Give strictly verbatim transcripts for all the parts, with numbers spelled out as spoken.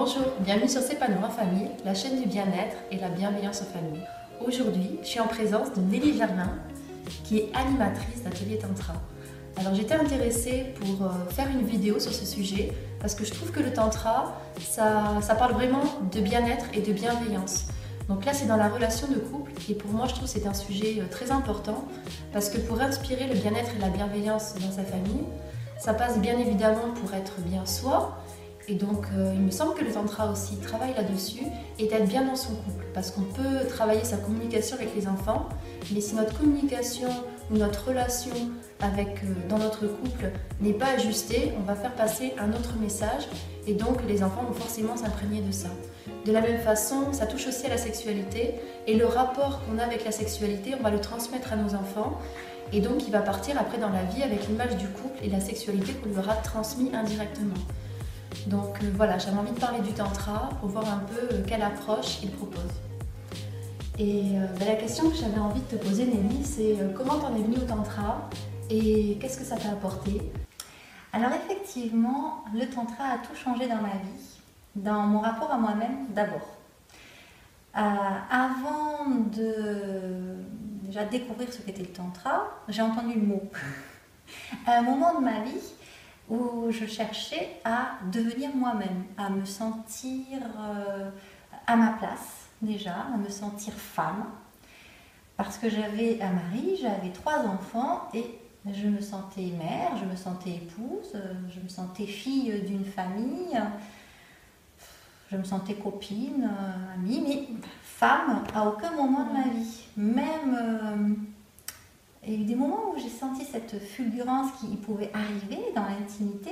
Bonjour, bienvenue sur S'épanouir en famille, la chaîne du bien-être et la bienveillance en famille. Aujourd'hui, je suis en présence de Nelly Germain, qui est animatrice d'Atelier Tantra. Alors j'étais intéressée pour faire une vidéo sur ce sujet parce que je trouve que le Tantra, ça, ça parle vraiment de bien-être et de bienveillance. Donc là, c'est dans la relation de couple et pour moi, je trouve que c'est un sujet très important parce que pour inspirer le bien-être et la bienveillance dans sa famille, ça passe bien évidemment pour être bien soi. Et donc, euh, il me semble que le Tantra aussi travaille là-dessus et d'être bien dans son couple. Parce qu'on peut travailler sa communication avec les enfants, mais si notre communication ou notre relation avec, euh, dans notre couple n'est pas ajustée, on va faire passer un autre message et donc les enfants vont forcément s'imprégner de ça. De la même façon, ça touche aussi à la sexualité et le rapport qu'on a avec la sexualité, on va le transmettre à nos enfants. Et donc, il va partir après dans la vie avec l'image du couple et la sexualité qu'on lui aura transmis indirectement. Donc euh, voilà, j'avais envie de parler du Tantra pour voir un peu euh, quelle approche il propose. Et euh, ben, la question que j'avais envie de te poser, Nelly, c'est euh, comment t'en es venue au Tantra et qu'est-ce que ça t'a apporté? Alors effectivement, le Tantra a tout changé dans ma vie, dans mon rapport à moi-même d'abord. Euh, avant de déjà découvrir ce qu'était le Tantra, j'ai entendu le mot. À un moment de ma vie, où je cherchais à devenir moi-même, à me sentir euh, à ma place déjà, à me sentir femme, parce que j'avais un mari, j'avais trois enfants et je me sentais mère, je me sentais épouse, je me sentais fille d'une famille, je me sentais copine, amie, mais femme à aucun moment de ma vie, même... Euh, Il y a eu des moments où j'ai senti cette fulgurance qui pouvait arriver dans l'intimité,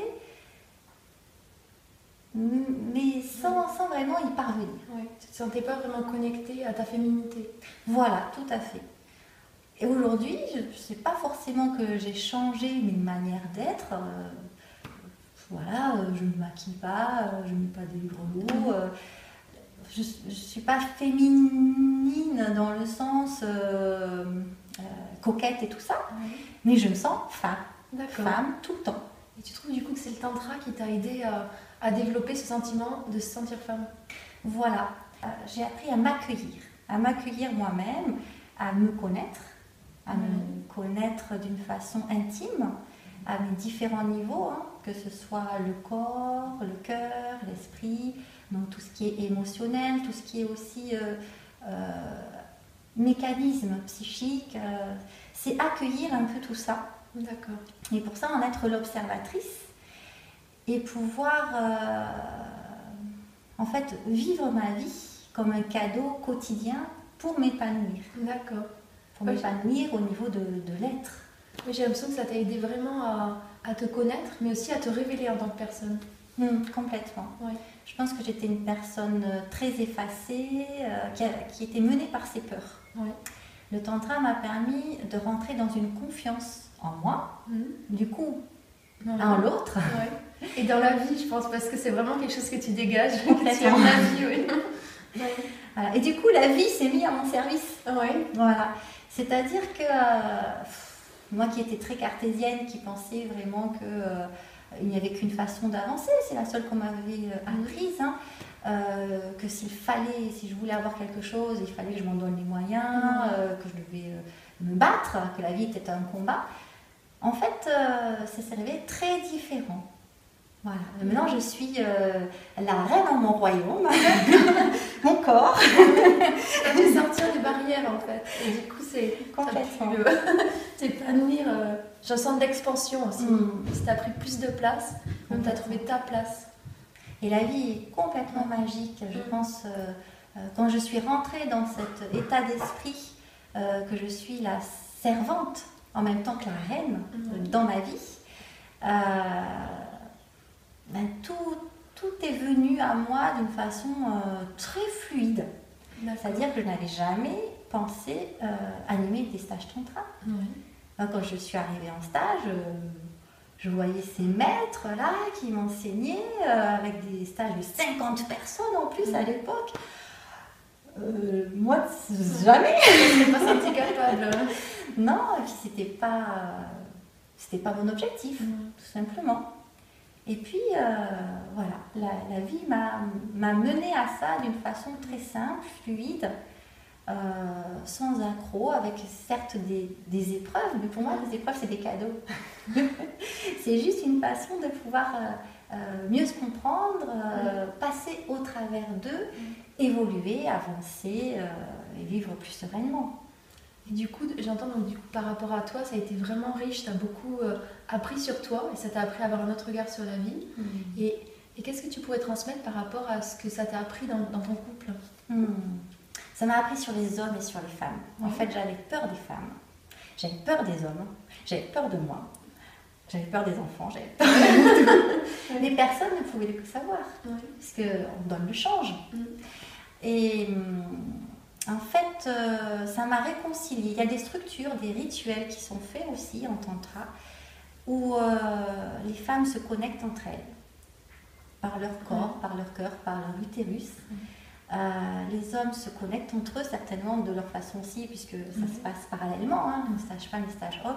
mais sans, sans vraiment y parvenir. Ouais, tu ne te sentais pas vraiment connectée à ta féminité. Voilà, tout à fait. Et aujourd'hui, je ne sais pas forcément que j'ai changé mes manières d'être. Euh, voilà, euh, je ne me maquille pas, euh, je ne mets pas des grelots. Euh, je ne suis pas féminine dans le sens... Euh, Euh, coquette et tout ça, oui. Mais je me sens femme, femme tout le temps. Et tu trouves du coup que c'est le Tantra qui t'a aidé à, à développer ce sentiment de se sentir femme? Voilà, euh, j'ai appris à m'accueillir, à m'accueillir moi-même, à me connaître, à mmh. me connaître d'une façon intime, à mes différents niveaux, hein, que ce soit le corps, le cœur, l'esprit, donc tout ce qui est émotionnel, tout ce qui est aussi... Euh, euh, mécanisme psychique, euh, c'est accueillir un peu tout ça. D'accord. Et pour ça, en être l'observatrice et pouvoir euh, en fait vivre ma vie comme un cadeau quotidien pour m'épanouir. D'accord. Pour oui, m'épanouir au niveau de, de l'être. Oui, j'ai l'impression que ça t'a aidé vraiment à, à te connaître, mais aussi à te révéler en tant que personne. Mmh, complètement. Oui. Je pense que j'étais une personne très effacée, euh, qui, a, qui était menée par ses peurs. Oui. Le Tantra m'a permis de rentrer dans une confiance en moi, mmh. du coup, oui. en l'autre. Oui. Et dans la vie, je pense, parce que c'est vraiment quelque chose que tu dégages, que tu aimes la vie. Oui. Oui. Voilà. Et du coup, la vie s'est mise à mon service. Oui. Voilà. C'est-à-dire que euh, moi qui étais très cartésienne, qui pensais vraiment que... Euh, il n'y avait qu'une façon d'avancer, c'est la seule qu'on m'avait apprise, hein, euh, que s'il fallait, si je voulais avoir quelque chose, il fallait que je m'en donne les moyens, euh, que je devais euh, me battre, que la vie était un combat. En fait, euh, ça s'est révélé très différent. Voilà. Maintenant, je suis euh, la reine en mon royaume, mon corps. Ça fait sortir des barrières, en fait. Et du coup, c'est complètement t'épanouir. Euh, je sens de l'expansion aussi. Mm. Si tu as pris plus de place, même tu as trouvé ta place. Et la vie est complètement magique. Je mm. pense, euh, euh, quand je suis rentrée dans cet état d'esprit, euh, que je suis la servante en même temps que la reine mm. euh, dans ma vie, euh, ben, tout, tout est venu à moi d'une façon euh, très fluide. C'est-à-dire que je n'avais jamais pensé euh, animer des stages tantra. Oui. Quand je suis arrivée en stage, euh, je voyais ces maîtres là qui m'enseignaient euh, avec des stages de cinquante personnes en plus mmh. à l'époque. Euh, moi, jamais. Je n'étais pas sentie capable. Non, et puis c'était pas, c'était pas mon objectif, mmh. tout simplement. Et puis, euh, voilà, la, la vie m'a menée à ça d'une façon très simple, fluide, euh, sans accroc, avec certes des, des épreuves, mais pour moi, les épreuves, c'est des cadeaux. C'est juste une façon de pouvoir euh, euh, mieux se comprendre, euh, passer au travers d'eux, évoluer, avancer euh, et vivre plus sereinement. Et du coup, j'entends donc du coup par rapport à toi, ça a été vraiment riche, tu as beaucoup euh, appris sur toi et ça t'a appris à avoir un autre regard sur la vie. Mmh. Et, et qu'est-ce que tu pourrais transmettre par rapport à ce que ça t'a appris dans, dans ton couple? mmh. Ça m'a appris sur les hommes et sur les femmes. Mmh. En fait, j'avais peur des femmes, j'avais peur des hommes, j'avais peur de moi, j'avais peur des enfants, j'avais peur de tout. Mais personne ne pouvait le savoir, mmh. parce qu'on donne le change. Mmh. Et... En fait, euh, ça m'a réconciliée. Il y a des structures, des rituels qui sont faits aussi en tantra, où euh, les femmes se connectent entre elles, par leur corps, mmh. par leur cœur, par leur utérus. Mmh. Euh, les hommes se connectent entre eux, certainement de leur façon aussi, puisque ça mmh. se passe parallèlement, hein, le stage femme et le stage homme.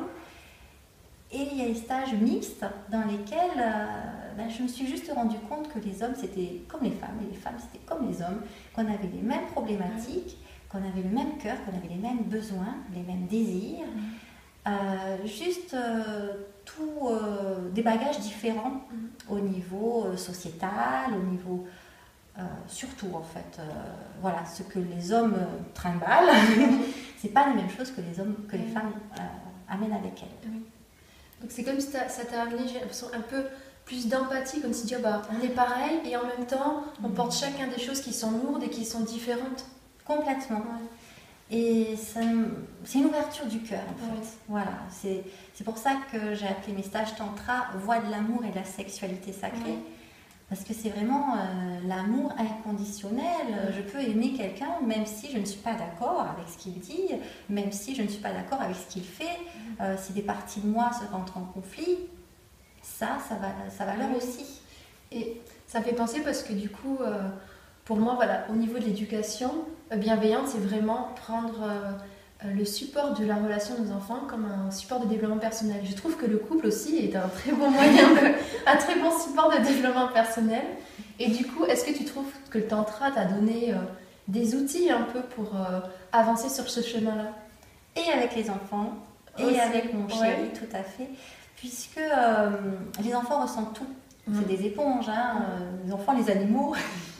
Et il y a des stages mixtes dans lesquels euh, ben, je me suis juste rendu compte que les hommes, c'était comme les femmes, et les femmes, c'était comme les hommes, qu'on avait les mêmes problématiques, mmh. qu'on avait le même cœur, qu'on avait les mêmes besoins, les mêmes désirs, mmh. euh, juste euh, tout euh, des bagages différents mmh. au niveau euh, sociétal, au niveau euh, surtout en fait, euh, voilà, ce que les hommes euh, trimballent, c'est pas les mêmes choses que les hommes, que les femmes euh, amènent avec elles. Oui. Donc c'est comme si ça t'a amené, j'ai l'impression, un peu plus d'empathie, comme si tu dis, oh bah, on est pareil et en même temps, on mmh. porte chacun des choses qui sont lourdes et qui sont différentes. Complètement. Ouais. Et c'est une ouverture du cœur, en fait. Ouais. Voilà. C'est pour ça que j'ai appelé mes stages tantra Voix de l'amour et de la sexualité sacrée. Ouais. Parce que c'est vraiment euh, l'amour inconditionnel. Ouais. Je peux aimer quelqu'un même si je ne suis pas d'accord avec ce qu'il dit, même si je ne suis pas d'accord avec ce qu'il fait. Ouais. Euh, si des parties de moi se rentrent en conflit, ça, ça va, ça va leur ouais. aussi. Et ça me fait penser parce que du coup... Euh... Pour moi, voilà, au niveau de l'éducation bienveillante, c'est vraiment prendre euh, le support de la relation de nos enfants comme un support de développement personnel. Je trouve que le couple aussi est un très bon moyen, de, un très bon support de développement personnel. Et du coup, est-ce que tu trouves que le tantra t'a donné euh, des outils un peu pour euh, avancer sur ce chemin-là? Et avec les enfants, et aussi. Avec mon chéri, ouais. Tout à fait. Puisque euh, les enfants ressentent tout. Mmh. C'est des éponges, hein, mmh. euh, les enfants, les animaux...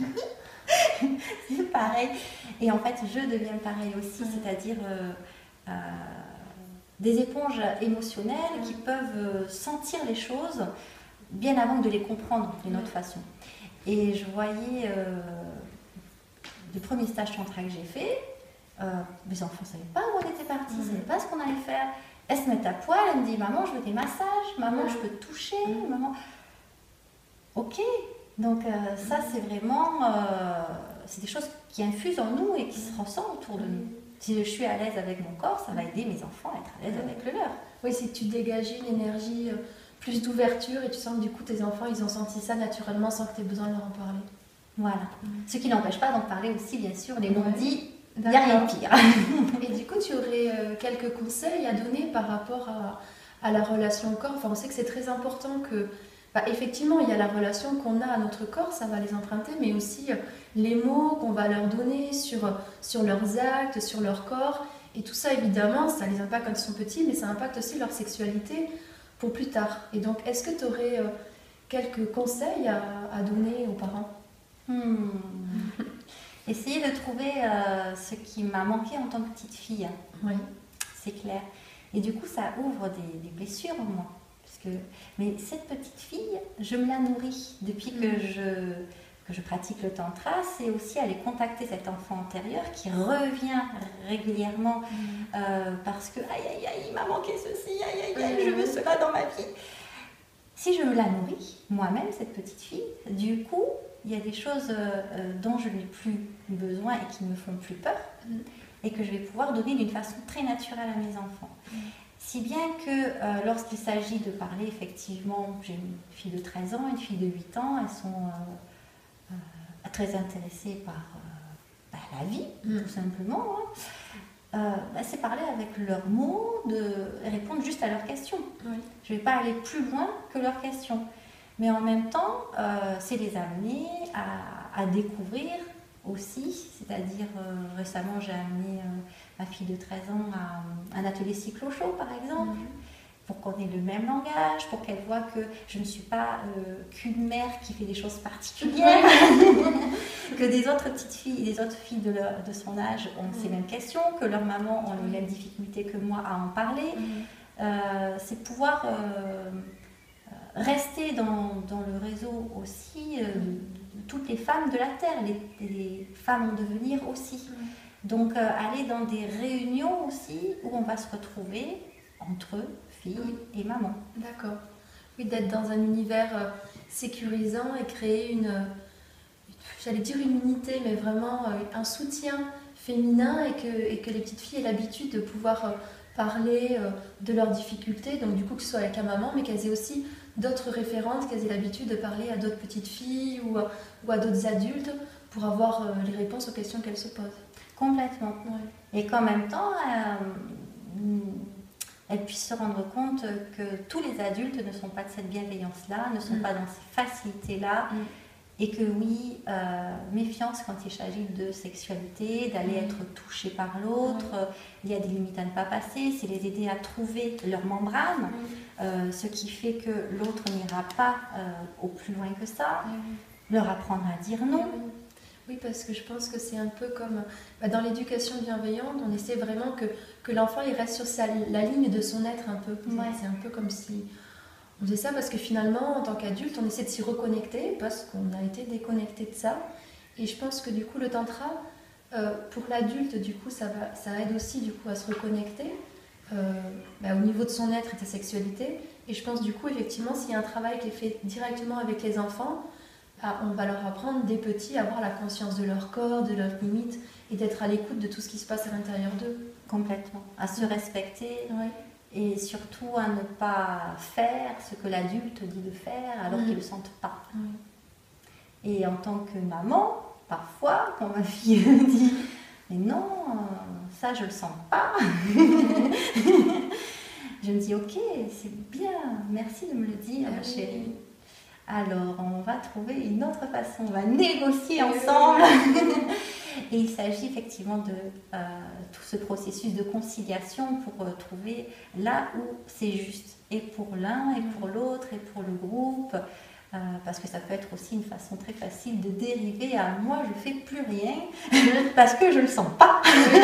C'est pareil. Et en fait, je deviens pareil aussi, mmh. c'est-à-dire euh, euh, des éponges émotionnelles mmh. qui peuvent sentir les choses bien avant de les comprendre d'une autre mmh. façon. Et je voyais euh, les premiers stages tantra que j'ai fait, euh, mes enfants ne savaient pas où on était partis, ils ne mmh. savaient pas ce qu'on allait faire. Elles se mettent à poil, elles me disent « Maman, je veux des massages, maman, mmh. je peux te toucher, mmh. maman... » Ok. Donc euh, ça, c'est vraiment, euh, c'est des choses qui infusent en nous et qui se ressentent autour de nous. Si je suis à l'aise avec mon corps, ça va aider mes enfants à être à l'aise avec le leur. Oui, c'est que tu dégages une énergie, euh, plus d'ouverture et tu sens que du coup tes enfants, ils ont senti ça naturellement sans que tu aies besoin de leur en parler. Voilà. Mmh. Ce qui n'empêche pas d'en parler aussi, bien sûr, les non-dits, il n'y a rien de pire. Et du coup, tu aurais euh, quelques conseils à donner par rapport à, à la relation au corps. Enfin, on sait que c'est très important que... Bah, effectivement, il y a la relation qu'on a à notre corps, ça va les emprunter, mais aussi les mots qu'on va leur donner sur, sur leurs actes, sur leur corps. Et tout ça, évidemment, ça les impacte quand ils sont petits, mais ça impacte aussi leur sexualité pour plus tard. Et donc, est-ce que tu aurais euh, quelques conseils à, à donner aux parents? hmm. Essayer de trouver euh, ce qui m'a manqué en tant que petite fille. Oui. C'est clair. Et du coup, ça ouvre des, des blessures en moi. Que... Mais cette petite fille, je me la nourris depuis mmh. que, je, que je pratique le tantra. C'est aussi aller contacter cet enfant antérieur qui revient régulièrement mmh. euh, parce que aïe aïe aïe, il m'a manqué ceci, aïe aïe aïe, je veux cela dans ma vie. Si je me la nourris, moi-même, cette petite fille, du coup, il y a des choses euh, dont je n'ai plus besoin et qui ne me font plus peur mmh. et que je vais pouvoir donner d'une façon très naturelle à mes enfants. Mmh. Si bien que euh, lorsqu'il s'agit de parler, effectivement, j'ai une fille de treize ans, une fille de huit ans, elles sont euh, euh, très intéressées par euh, bah, la vie, mmh. tout simplement. Hein. Euh, bah, c'est parler avec leurs mots, de répondre juste à leurs questions. Oui. Je ne vais pas aller plus loin que leurs questions. Mais en même temps, euh, c'est les amener à, à découvrir aussi, c'est-à-dire euh, récemment j'ai amené euh, ma fille de treize ans à un atelier cyclo-show par exemple, mmh. pour qu'on ait le même langage, pour qu'elle voit que je ne suis pas euh, qu'une mère qui fait des choses particulières, que des autres petites filles, des autres filles de, leur, de son âge ont mmh. ces mêmes questions, que leurs mamans ont les mêmes difficultés que moi à en parler. Mmh. Euh, c'est pouvoir euh, rester dans, dans le réseau aussi euh, de, de toutes les femmes de la Terre, les, les femmes en devenir aussi. Mmh. Donc euh, aller dans des réunions aussi où on va se retrouver entre eux, filles mmh. et mamans. D'accord. Oui, d'être dans un univers euh, sécurisant et créer une, euh, j'allais dire une unité, mais vraiment euh, un soutien féminin et que, et que les petites filles aient l'habitude de pouvoir euh, parler euh, de leurs difficultés, donc du coup que ce soit avec la maman, mais qu'elles aient aussi d'autres références, qu'elles aient l'habitude de parler à d'autres petites filles ou à, ou à d'autres adultes pour avoir euh, les réponses aux questions qu'elles se posent. Complètement. Ouais. Et qu'en même temps, euh, elles puissent se rendre compte que tous les adultes ne sont pas de cette bienveillance-là, ne sont mmh. pas dans ces facilités-là. Mmh. Et que oui, euh, méfiance quand il s'agit de sexualité, d'aller mmh. être touché par l'autre, mmh. il y a des limites à ne pas passer, c'est les aider à trouver leur membrane, mmh. euh, ce qui fait que l'autre n'ira pas euh, au plus loin que ça, mmh. leur apprendre à dire non. Mmh. Oui, parce que je pense que c'est un peu comme bah, dans l'éducation bienveillante, on essaie vraiment que, que l'enfant il reste sur sa, la ligne de son être un peu. Ouais. C'est un peu comme si... On faisait ça parce que finalement, en tant qu'adulte, on essaie de s'y reconnecter parce qu'on a été déconnecté de ça. Et je pense que du coup, le tantra, euh, pour l'adulte, du coup, ça, va, ça aide aussi du coup à se reconnecter euh, bah, au niveau de son être et de sa sexualité. Et je pense du coup, effectivement, s'il y a un travail qui est fait directement avec les enfants, bah, on va leur apprendre des petits à avoir la conscience de leur corps, de leurs limites et d'être à l'écoute de tout ce qui se passe à l'intérieur d'eux. Complètement. À se respecter. Ouais. Et surtout à ne pas faire ce que l'adulte dit de faire alors mmh. qu'ils ne le sentent pas. Mmh. Et en tant que maman, parfois, quand ma fille dit « mais non, ça je ne le sens pas », je me dis « ok, c'est bien, merci de me le dire, ma chérie ». Alors, on va trouver une autre façon, on va négocier ensemble. Et il s'agit effectivement de euh, tout ce processus de conciliation pour euh, trouver là où c'est juste, et pour l'un, et pour l'autre, et pour le groupe. Euh, parce que ça peut être aussi une façon très facile de dériver à moi, je ne fais plus rien parce que je ne le sens pas.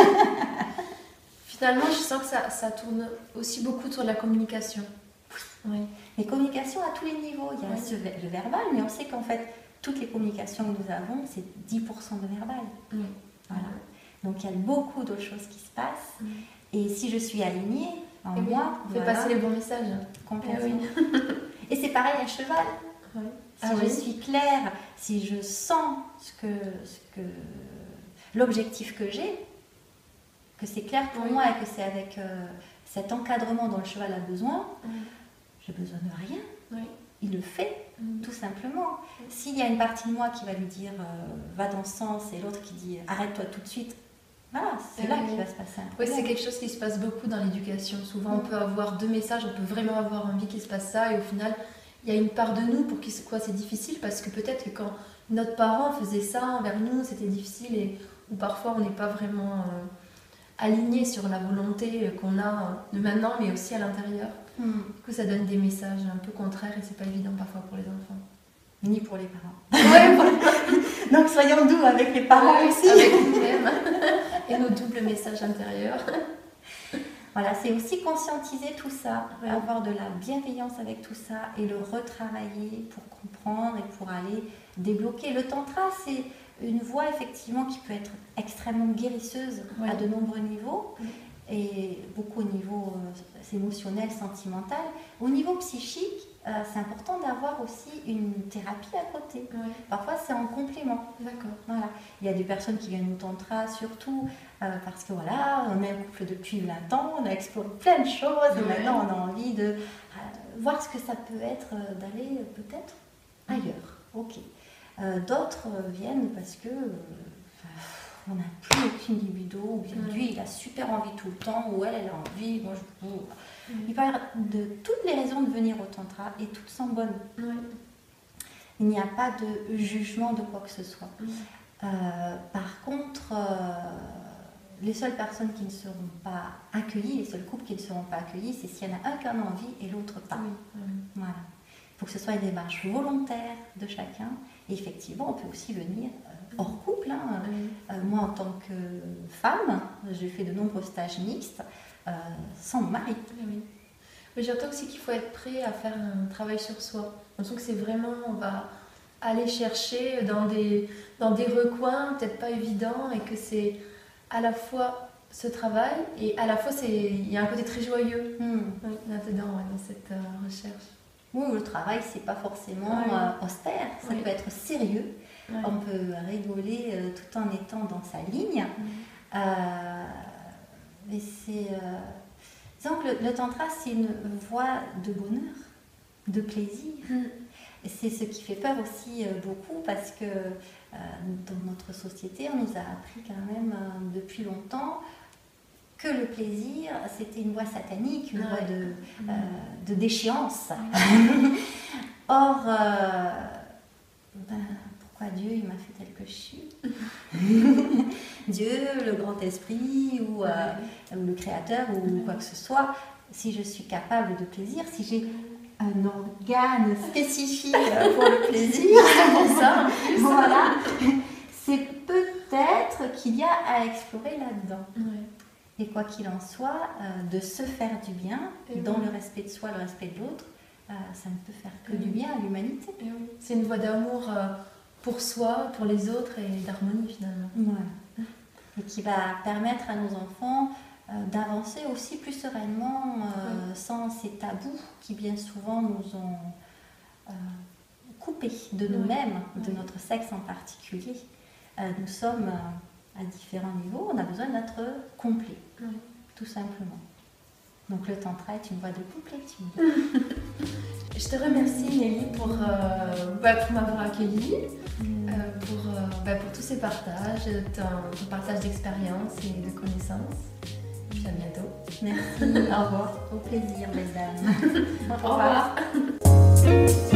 Finalement, je sens que ça, ça tourne aussi beaucoup sur la communication. Oui. Les communications à tous les niveaux, il y a oui. ce, le verbal, mais on sait qu'en fait, toutes les communications que nous avons, c'est dix pour cent de verbal. Oui. Voilà. Donc il y a beaucoup d'autres choses qui se passent. Oui. Et si je suis alignée en et moi, on fait voilà, passer les bons messages. Complètement. Oui. Et c'est pareil à cheval. Oui. Si ah, je oui. suis claire, si je sens ce que, ce que l'objectif que j'ai, que c'est clair pour oui. moi et que c'est avec euh, cet encadrement dont le cheval a besoin, oui. j'ai besoin de rien. Oui. Il le fait, mmh. tout simplement. Mmh. S'il y a une partie de moi qui va lui dire euh, va dans ce sens et l'autre qui dit arrête-toi tout de suite, voilà, c'est mmh. là qu'il va se passer un problème. Oui, c'est quelque chose qui se passe beaucoup dans l'éducation. Souvent, mmh. on peut avoir deux messages, on peut vraiment avoir envie qu'il se passe ça et au final, il y a une part de nous pour qui quoi c'est difficile parce que peut-être que quand notre parent faisait ça envers nous, c'était difficile et ou parfois on n'est pas vraiment euh, aligné sur la volonté qu'on a de maintenant, mais aussi à l'intérieur. Mmh. Du coup, ça donne des messages un peu contraires et c'est pas évident parfois pour les enfants. Ni pour les parents. Ouais, voilà. Donc soyons doux avec les parents ouais, aussi. Avec nous-mêmes et nos doubles messages intérieurs. Voilà, c'est aussi conscientiser tout ça, ouais. avoir de la bienveillance avec tout ça et le retravailler pour comprendre et pour aller débloquer. Le tantra, c'est une voie effectivement qui peut être extrêmement guérisseuse ouais. à de nombreux niveaux. Ouais. Et beaucoup au niveau euh, émotionnel, sentimental. Au niveau psychique, euh, c'est important d'avoir aussi une thérapie à côté. Ouais. Parfois, c'est en complément. D'accord. Voilà. Il y a des personnes qui viennent au tantra, surtout euh, parce que voilà, on est un couple depuis vingt ans, on a exploré plein de choses, ouais. et maintenant on a envie de euh, voir ce que ça peut être, euh, d'aller euh, peut-être ailleurs. Ok. Euh, d'autres euh, viennent parce que... Euh, on n'a plus aucune libido, ou bien mmh. lui il a super envie tout le temps, ou elle elle a envie, moi je... Mmh. Il peut y avoir de toutes les raisons de venir au tantra et toutes sont bonnes. Mmh. Il n'y a pas de jugement de quoi que ce soit. Mmh. Euh, par contre, euh, les seules personnes qui ne seront pas accueillies, les seuls couples qui ne seront pas accueillis, c'est s'il y en a un qui en a envie et l'autre pas. Oui. Mmh. Voilà. Il faut que ce soit une démarche volontaire de chacun. Et effectivement, on peut aussi venir euh, hors couple. Hein. Oui. Euh, moi, en tant que femme, j'ai fait de nombreux stages mixtes euh, sans mon mari. Oui, oui. Mais j'entends aussi qu'il faut être prêt à faire un travail sur soi. On sent que c'est vraiment, on va aller chercher dans des, dans des recoins peut-être pas évidents et que c'est à la fois ce travail et à la fois c'est, il y a un côté très joyeux Hmm. oui, là-dedans, ouais, dans cette euh, recherche. Ou le travail, c'est pas forcément Oui. euh, austère, ça Oui. peut être sérieux. Ouais. On peut rigoler euh, tout en étant dans sa ligne. Mmh. Euh, mais c'est. Euh, disons que le, le tantra, c'est une voie de bonheur, de plaisir. Mmh. Et c'est ce qui fait peur aussi euh, beaucoup parce que euh, dans notre société, on nous a appris quand même euh, depuis longtemps que le plaisir, c'était une voie satanique, une Ouais. voie de, Mmh. euh, de déchéance. Ouais. Or, euh, ben, pourquoi Dieu il m'a fait tel que je suis Dieu, le grand esprit ou, euh, ou le créateur ou quoi que ce soit, si je suis capable de plaisir, si j'ai un organe spécifique pour le plaisir, C'est pour ça. voilà, c'est peut-être qu'il y a à explorer là-dedans. Ouais. Et quoi qu'il en soit, euh, de se faire du bien, Et dans oui. le respect de soi, le respect de l'autre, euh, ça ne peut faire que Et du oui. bien à l'humanité. Et oui. C'est une voie d'amour euh, pour soi, pour les autres et d'harmonie finalement. Voilà. Et qui va permettre à nos enfants euh, d'avancer aussi plus sereinement, euh, Oui. sans ces tabous qui bien souvent nous ont euh, coupés de Oui. nous-mêmes, de Oui. notre sexe en particulier. Euh, nous sommes euh, à différents niveaux, on a besoin d'être complet, Oui. tout simplement. Donc le tantra est une voie de complétude. Je te remercie Nelly pour, euh, bah, pour m'avoir accueillie, euh, pour, euh, bah, pour tous ces partages, ton, ton partage d'expérience et de connaissances. Et puis à bientôt. Merci. Au revoir. Au plaisir, mesdames. Au revoir.